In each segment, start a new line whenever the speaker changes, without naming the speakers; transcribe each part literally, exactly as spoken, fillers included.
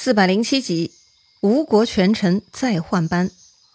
四百零七集，吴国权臣再换班。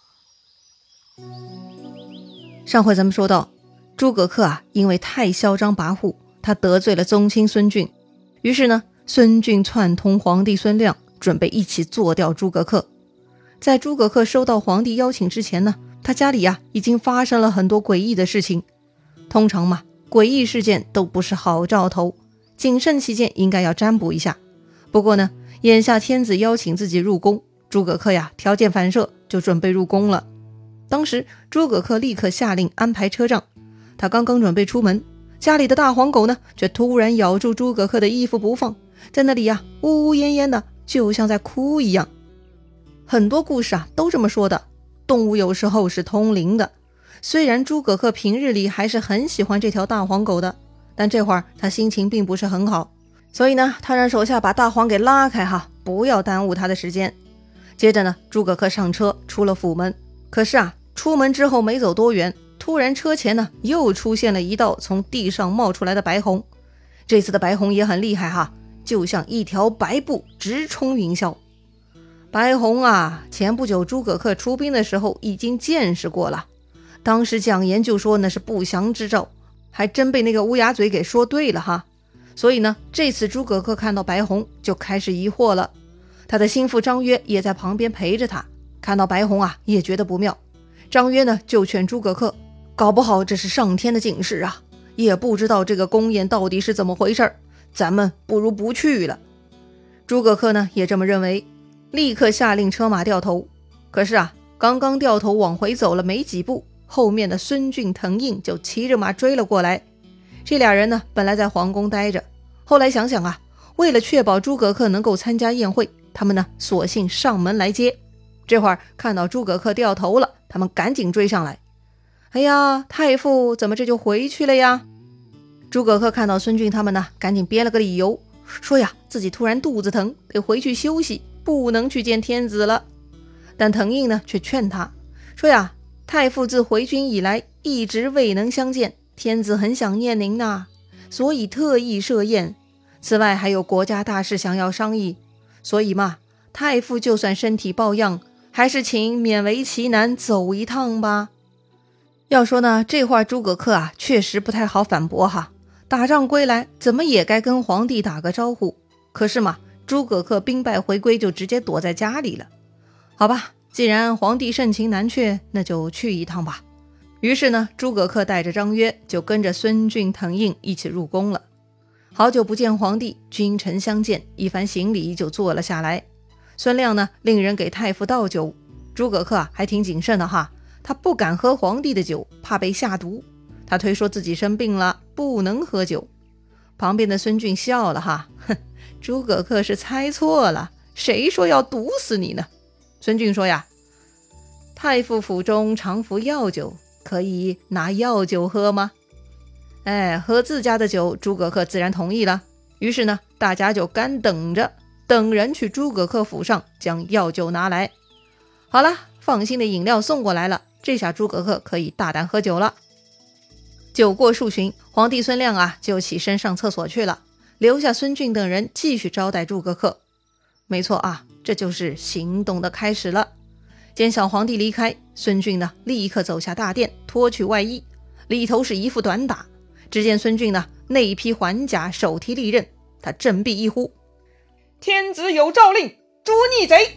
上回咱们说到，诸葛恪啊，因为太嚣张跋扈，他得罪了宗亲孙峻，于是呢，孙峻串通皇帝孙亮，准备一起做掉诸葛恪。在诸葛恪收到皇帝邀请之前呢，他家里啊已经发生了很多诡异的事情。通常嘛，诡异事件都不是好兆头，谨慎起见应该要占卜一下。不过呢，眼下天子邀请自己入宫，诸葛恪呀条件反射就准备入宫了。当时诸葛恪立刻下令安排车仗，他刚刚准备出门，家里的大黄狗呢却突然咬住诸葛恪的衣服不放，在那里呀呜呜咽咽的，就像在哭一样。很多故事啊都这么说的，动物有时候是通灵的。虽然诸葛恪平日里还是很喜欢这条大黄狗的，但这会儿他心情并不是很好，所以呢，他让手下把大黄给拉开哈，不要耽误他的时间。接着呢，诸葛恪上车出了府门，可是啊，出门之后没走多远，突然车前呢又出现了一道从地上冒出来的白虹。这次的白虹也很厉害哈，就像一条白布直冲云霄。白虹啊，前不久诸葛恪出兵的时候已经见识过了，当时蒋岩就说那是不祥之兆，还真被那个乌鸦嘴给说对了哈。所以呢，这次诸葛恪看到白虹就开始疑惑了。他的心腹张约也在旁边陪着他，看到白虹啊也觉得不妙。张约呢就劝诸葛恪，搞不好这是上天的警示啊，也不知道这个宫宴到底是怎么回事，咱们不如不去了。诸葛恪呢也这么认为，立刻下令车马掉头。可是啊，刚刚掉头往回走了没几步，后面的孙峻、滕胤就骑着马追了过来。这俩人呢本来在皇宫待着，后来想想啊，为了确保诸葛恪能够参加宴会，他们呢索性上门来接。这会儿看到诸葛恪掉头了，他们赶紧追上来。哎呀，太傅怎么这就回去了呀？诸葛恪看到孙峻他们呢，赶紧编了个理由，说呀自己突然肚子疼，得回去休息，不能去见天子了。但滕胤呢却劝他说呀，太傅自回军以来一直未能相见，天子很想念您呐，所以特意设宴。此外还有国家大事想要商议，所以嘛，太傅就算身体抱恙，还是请勉为其难走一趟吧。要说呢，这话诸葛恪啊确实不太好反驳哈，打仗归来怎么也该跟皇帝打个招呼。可是嘛，诸葛恪兵败回归就直接躲在家里了。好吧，既然皇帝盛情难却，那就去一趟吧。于是呢，诸葛恪带着张约就跟着孙峻、滕胤一起入宫了。好久不见皇帝，君臣相见，一番行礼就坐了下来。孙亮呢令人给太傅倒酒，诸葛恪还挺谨慎的哈，他不敢喝皇帝的酒，怕被下毒。他推说自己生病了，不能喝酒。旁边的孙峻笑了哈，哼，诸葛恪是猜错了，谁说要毒死你呢？孙峻说呀，太傅府中常服药酒，可以拿药酒喝吗？哎，喝自家的酒，诸葛恪自然同意了。于是呢，大家就干等着，等人去诸葛恪府上将药酒拿来。好了，放心的饮料送过来了，这下诸葛恪可以大胆喝酒了。酒过数巡，皇帝孙亮啊就起身上厕所去了，留下孙峻等人继续招待诸葛恪。没错啊，这就是行动的开始了。见小皇帝离开，孙峻呢立刻走下大殿，脱去外衣，里头是一副短打。只见孙峻呢内披环甲，手提利刃，他振臂一呼，天子有诏令，诛逆贼。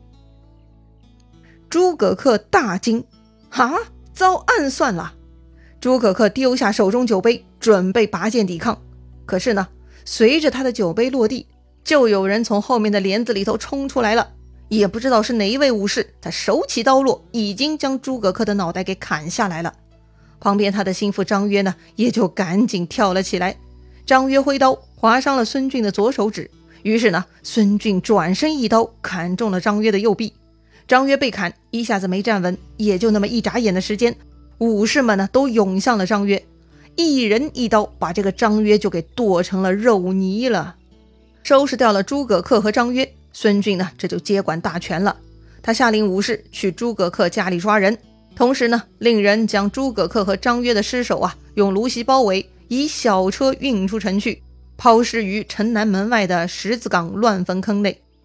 诸葛恪大惊，哈，遭暗算了。诸葛恪丢下手中酒杯，准备拔剑抵抗。可是呢，随着他的酒杯落地，就有人从后面的帘子里头冲出来了。也不知道是哪一位武士，他手起刀落，已经将诸葛恪的脑袋给砍下来了。旁边他的心腹张约呢，也就赶紧跳了起来。张约挥刀划伤了孙峻的左手指，于是呢，孙峻转身一刀砍中了张约的右臂。张约被砍，一下子没站稳，也就那么一眨眼的时间，武士们呢都涌向了张约，一人一刀把这个张约就给剁成了肉泥了。收拾掉了诸葛恪和张约，孙峻呢这就接管大权了。他下令武士去诸葛恪家里抓人，同时呢令人将诸葛恪和张约的尸首啊用芦席包围，以小车运出城去，抛尸于城南门外的十字岗乱坟坑内。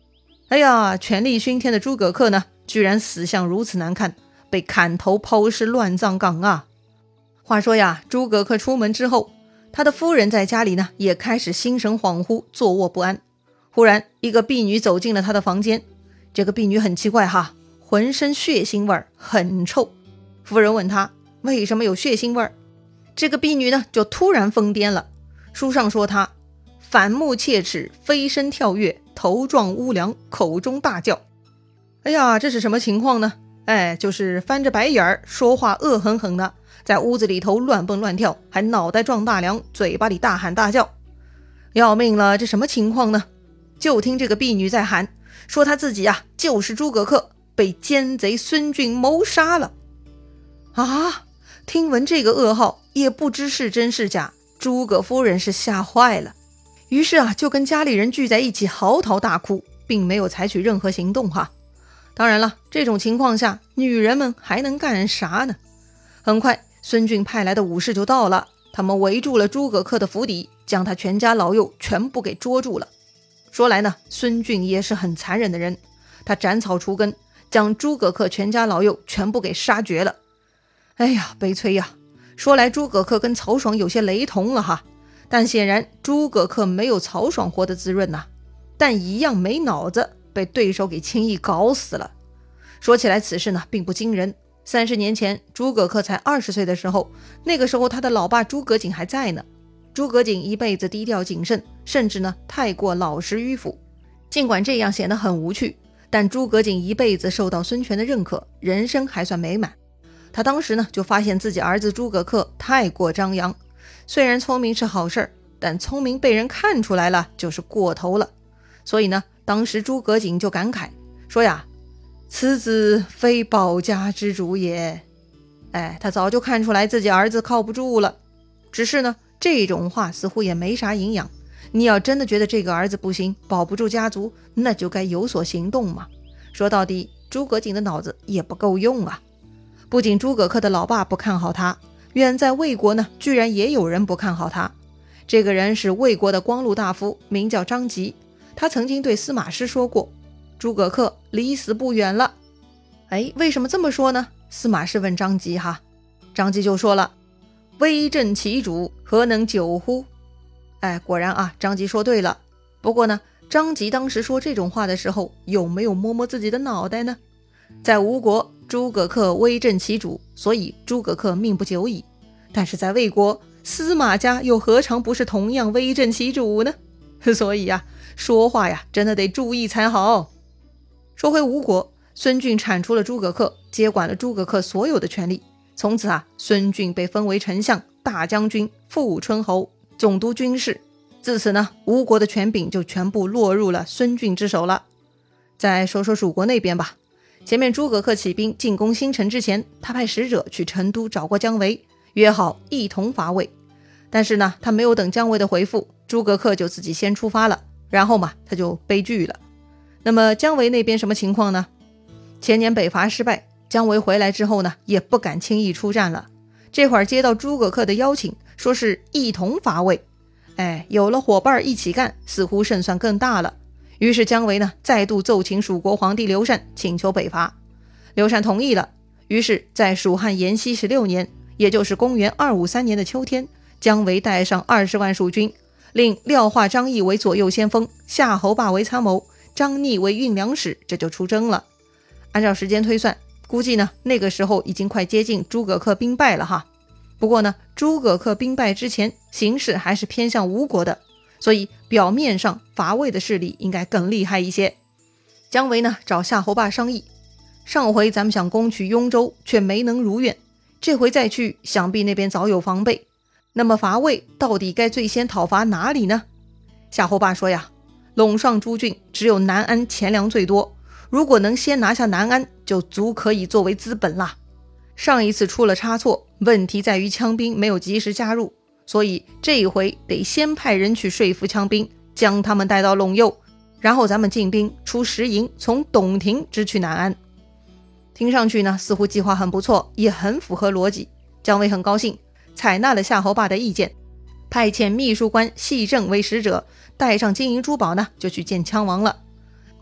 哎呀，权力熏天的诸葛恪呢，居然死相如此难看，被砍头抛尸乱葬岗啊！话说呀，诸葛恪出门之后，他的夫人在家里呢，也开始心神恍惚，坐卧不安。忽然，一个婢女走进了他的房间。这个婢女很奇怪哈，浑身血腥味，很臭。夫人问他为什么有血腥味，这个婢女呢，就突然疯癫了。书上说她反目切齿，飞身跳跃，头撞屋梁，口中大叫。哎呀，这是什么情况呢？哎，就是翻着白眼儿，说话恶狠狠的，在屋子里头乱蹦乱跳，还脑袋撞大梁，嘴巴里大喊大叫。要命了，这什么情况呢？就听这个婢女在喊，说她自己啊就是诸葛恪，被奸贼孙俊谋杀了。啊，听闻这个噩耗，也不知是真是假，诸葛夫人是吓坏了。于是啊，就跟家里人聚在一起嚎啕大哭，并没有采取任何行动哈。当然了，这种情况下，女人们还能干啥呢？很快，孙俊派来的武士就到了，他们围住了诸葛恪的府邸，将他全家老幼全部给捉住了。说来呢，孙俊也是很残忍的人，他斩草除根，将诸葛恪全家老幼全部给杀绝了。哎呀，悲催呀！说来诸葛恪跟曹爽有些雷同了哈，但显然诸葛恪没有曹爽活得滋润呐、啊，但一样没脑子，被对手给轻易搞死了。说起来此事呢并不惊人，三十年前诸葛恪才二十岁的时候，那个时候他的老爸诸葛瑾还在呢。诸葛瑾一辈子低调谨慎，甚至呢太过老实迂腐，尽管这样显得很无趣，但诸葛瑾一辈子受到孙权的认可，人生还算美满。他当时呢就发现自己儿子诸葛恪太过张扬，虽然聪明是好事，但聪明被人看出来了就是过头了。所以呢，当时诸葛瑾就感慨说呀，此子非保家之主也。哎，他早就看出来自己儿子靠不住了，只是呢这种话似乎也没啥营养。你要真的觉得这个儿子不行，保不住家族，那就该有所行动嘛。说到底，诸葛瑾的脑子也不够用啊。不仅诸葛恪的老爸不看好他，远在魏国呢，居然也有人不看好他。这个人是魏国的光禄大夫，名叫张吉。他曾经对司马师说过，诸葛恪离死不远了。哎，为什么这么说呢？司马师问张吉哈，张吉就说了，威震其主，何能久乎？哎，果然啊，张吉说对了。不过呢，张吉当时说这种话的时候，有没有摸摸自己的脑袋呢？在吴国，诸葛恪威震其主，所以诸葛恪命不久矣。但是在魏国，司马家又何尝不是同样威震其主呢？所以呀、啊，说话呀，真的得注意才好。说回吴国，孙俊铲除了诸葛恪，接管了诸葛恪所有的权力。从此啊，孙俊被封为丞相、大将军、富春侯、总督军事。自此呢，吴国的权柄就全部落入了孙俊之手了。再说说蜀国那边吧，前面诸葛恪起兵进攻新城之前，他派使者去成都找过姜维，约好一同伐魏。但是呢，他没有等姜维的回复，诸葛恪就自己先出发了，然后嘛，他就悲剧了。那么姜维那边什么情况呢？前年北伐失败，姜维回来之后呢，也不敢轻易出战了。这会儿接到诸葛恪的邀请，说是一同伐魏。哎，有了伙伴一起干，似乎胜算更大了。于是姜维呢，再度奏请蜀国皇帝刘禅，请求北伐。刘禅同意了。于是在蜀汉延熙十六年，也就是公元二五三年的秋天，姜维带上二十万蜀军，令廖化、张翼为左右先锋，夏侯霸为参谋，张逆为运粮使，这就出征了。按照时间推算，估计呢那个时候已经快接近诸葛恪兵败了哈。不过呢，诸葛恪兵败之前，形势还是偏向吴国的，所以表面上伐魏的势力应该更厉害一些。姜维呢找夏侯霸商议，上回咱们想攻取雍州，却没能如愿，这回再去，想必那边早有防备。那么伐魏到底该最先讨伐哪里呢？夏侯霸说呀，陇上诸郡只有南安钱粮最多，如果能先拿下南安，就足可以作为资本啦。上一次出了差错，问题在于羌兵没有及时加入，所以这一回得先派人去说服羌兵，将他们带到陇右，然后咱们进兵出十营，从董庭直去南安。听上去呢，似乎计划很不错，也很符合逻辑。姜维很高兴，采纳了夏侯霸的意见，派遣秘书官细正为使者，带上金银珠宝呢，就去见羌王了。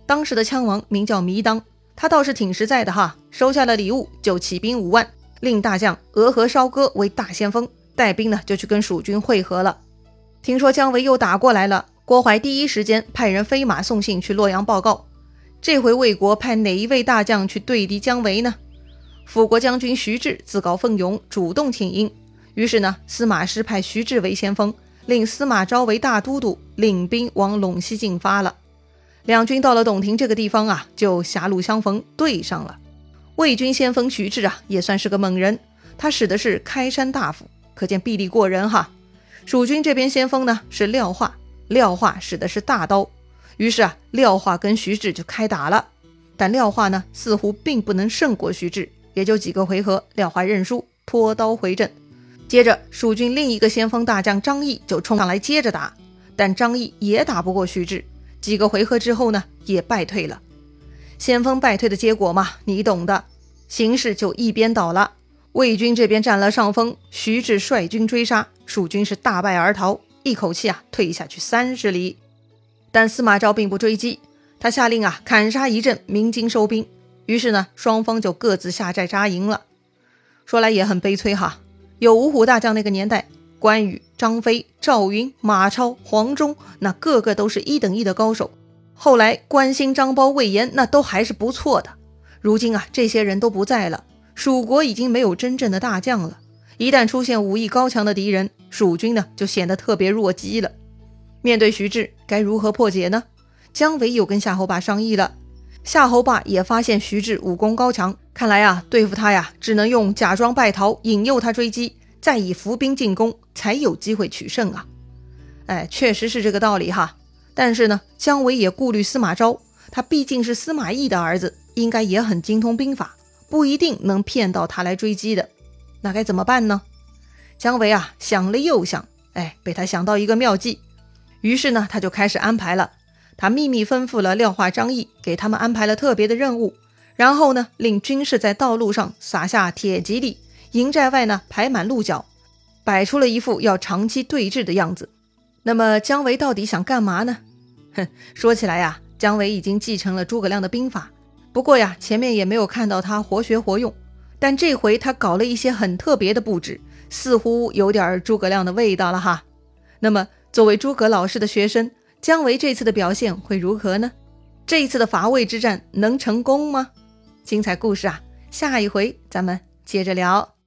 当时的羌王名叫糜当，他倒是挺实在的哈，收下了礼物就起兵五万，令大将俄和烧戈为大先锋，带兵呢就去跟蜀军会合了。听说姜维又打过来了，郭淮第一时间派人飞马送信去洛阳报告。这回魏国派哪一位大将去对敌姜维呢？辅国将军徐志自告奋勇，主动请缨。于是呢，司马师派徐志为先锋，令司马昭为大都督，领兵往陇西进发了。两军到了董庭这个地方啊，就狭路相逢，对上了。魏军先锋徐志啊，也算是个猛人，他使的是开山大斧，可见臂力过人哈。蜀军这边先锋呢是廖化，廖化使的是大刀。于是啊，廖化跟徐志就开打了。但廖化呢，似乎并不能胜过徐志，也就几个回合，廖化认输，脱刀回阵。接着蜀军另一个先锋大将张翼就冲上来接着打，但张翼也打不过徐志，几个回合之后呢，也败退了。先锋败退的结果嘛，你懂的，形势就一边倒了。魏军这边占了上风，徐志率军追杀，蜀军是大败而逃，一口气啊退下去三十里。但司马昭并不追击，他下令啊砍杀一阵，鸣金收兵。于是呢，双方就各自下寨扎营了。说来也很悲催哈，有五虎大将那个年代，关羽、张飞、赵云、马超、黄忠，那个个都是一等一的高手。后来关兴、张苞、魏延那都还是不错的。如今啊，这些人都不在了，蜀国已经没有真正的大将了。一旦出现武艺高强的敌人，蜀军呢就显得特别弱鸡了。面对徐志，该如何破解呢？姜维又跟夏侯霸商议了。夏侯霸也发现徐志武功高强，看来啊，对付他呀，只能用假装败逃，引诱他追击，再以伏兵进攻，才有机会取胜啊。哎，确实是这个道理哈。但是呢，姜维也顾虑司马昭，他毕竟是司马懿的儿子，应该也很精通兵法，不一定能骗到他来追击的。那该怎么办呢？姜维啊，想了又想，哎，被他想到一个妙计。于是呢，他就开始安排了。他秘密吩咐了廖化、张翼，给他们安排了特别的任务，然后呢，令军士在道路上撒下铁蒺藜，营寨外呢排满鹿角，摆出了一副要长期对峙的样子。那么姜维到底想干嘛呢？哼，说起来呀，姜维已经继承了诸葛亮的兵法，不过呀，前面也没有看到他活学活用，但这回他搞了一些很特别的布置，似乎有点诸葛亮的味道了哈。那么作为诸葛老师的学生，姜维这次的表现会如何呢？这一次的伐魏之战能成功吗？精彩故事啊，下一回咱们接着聊。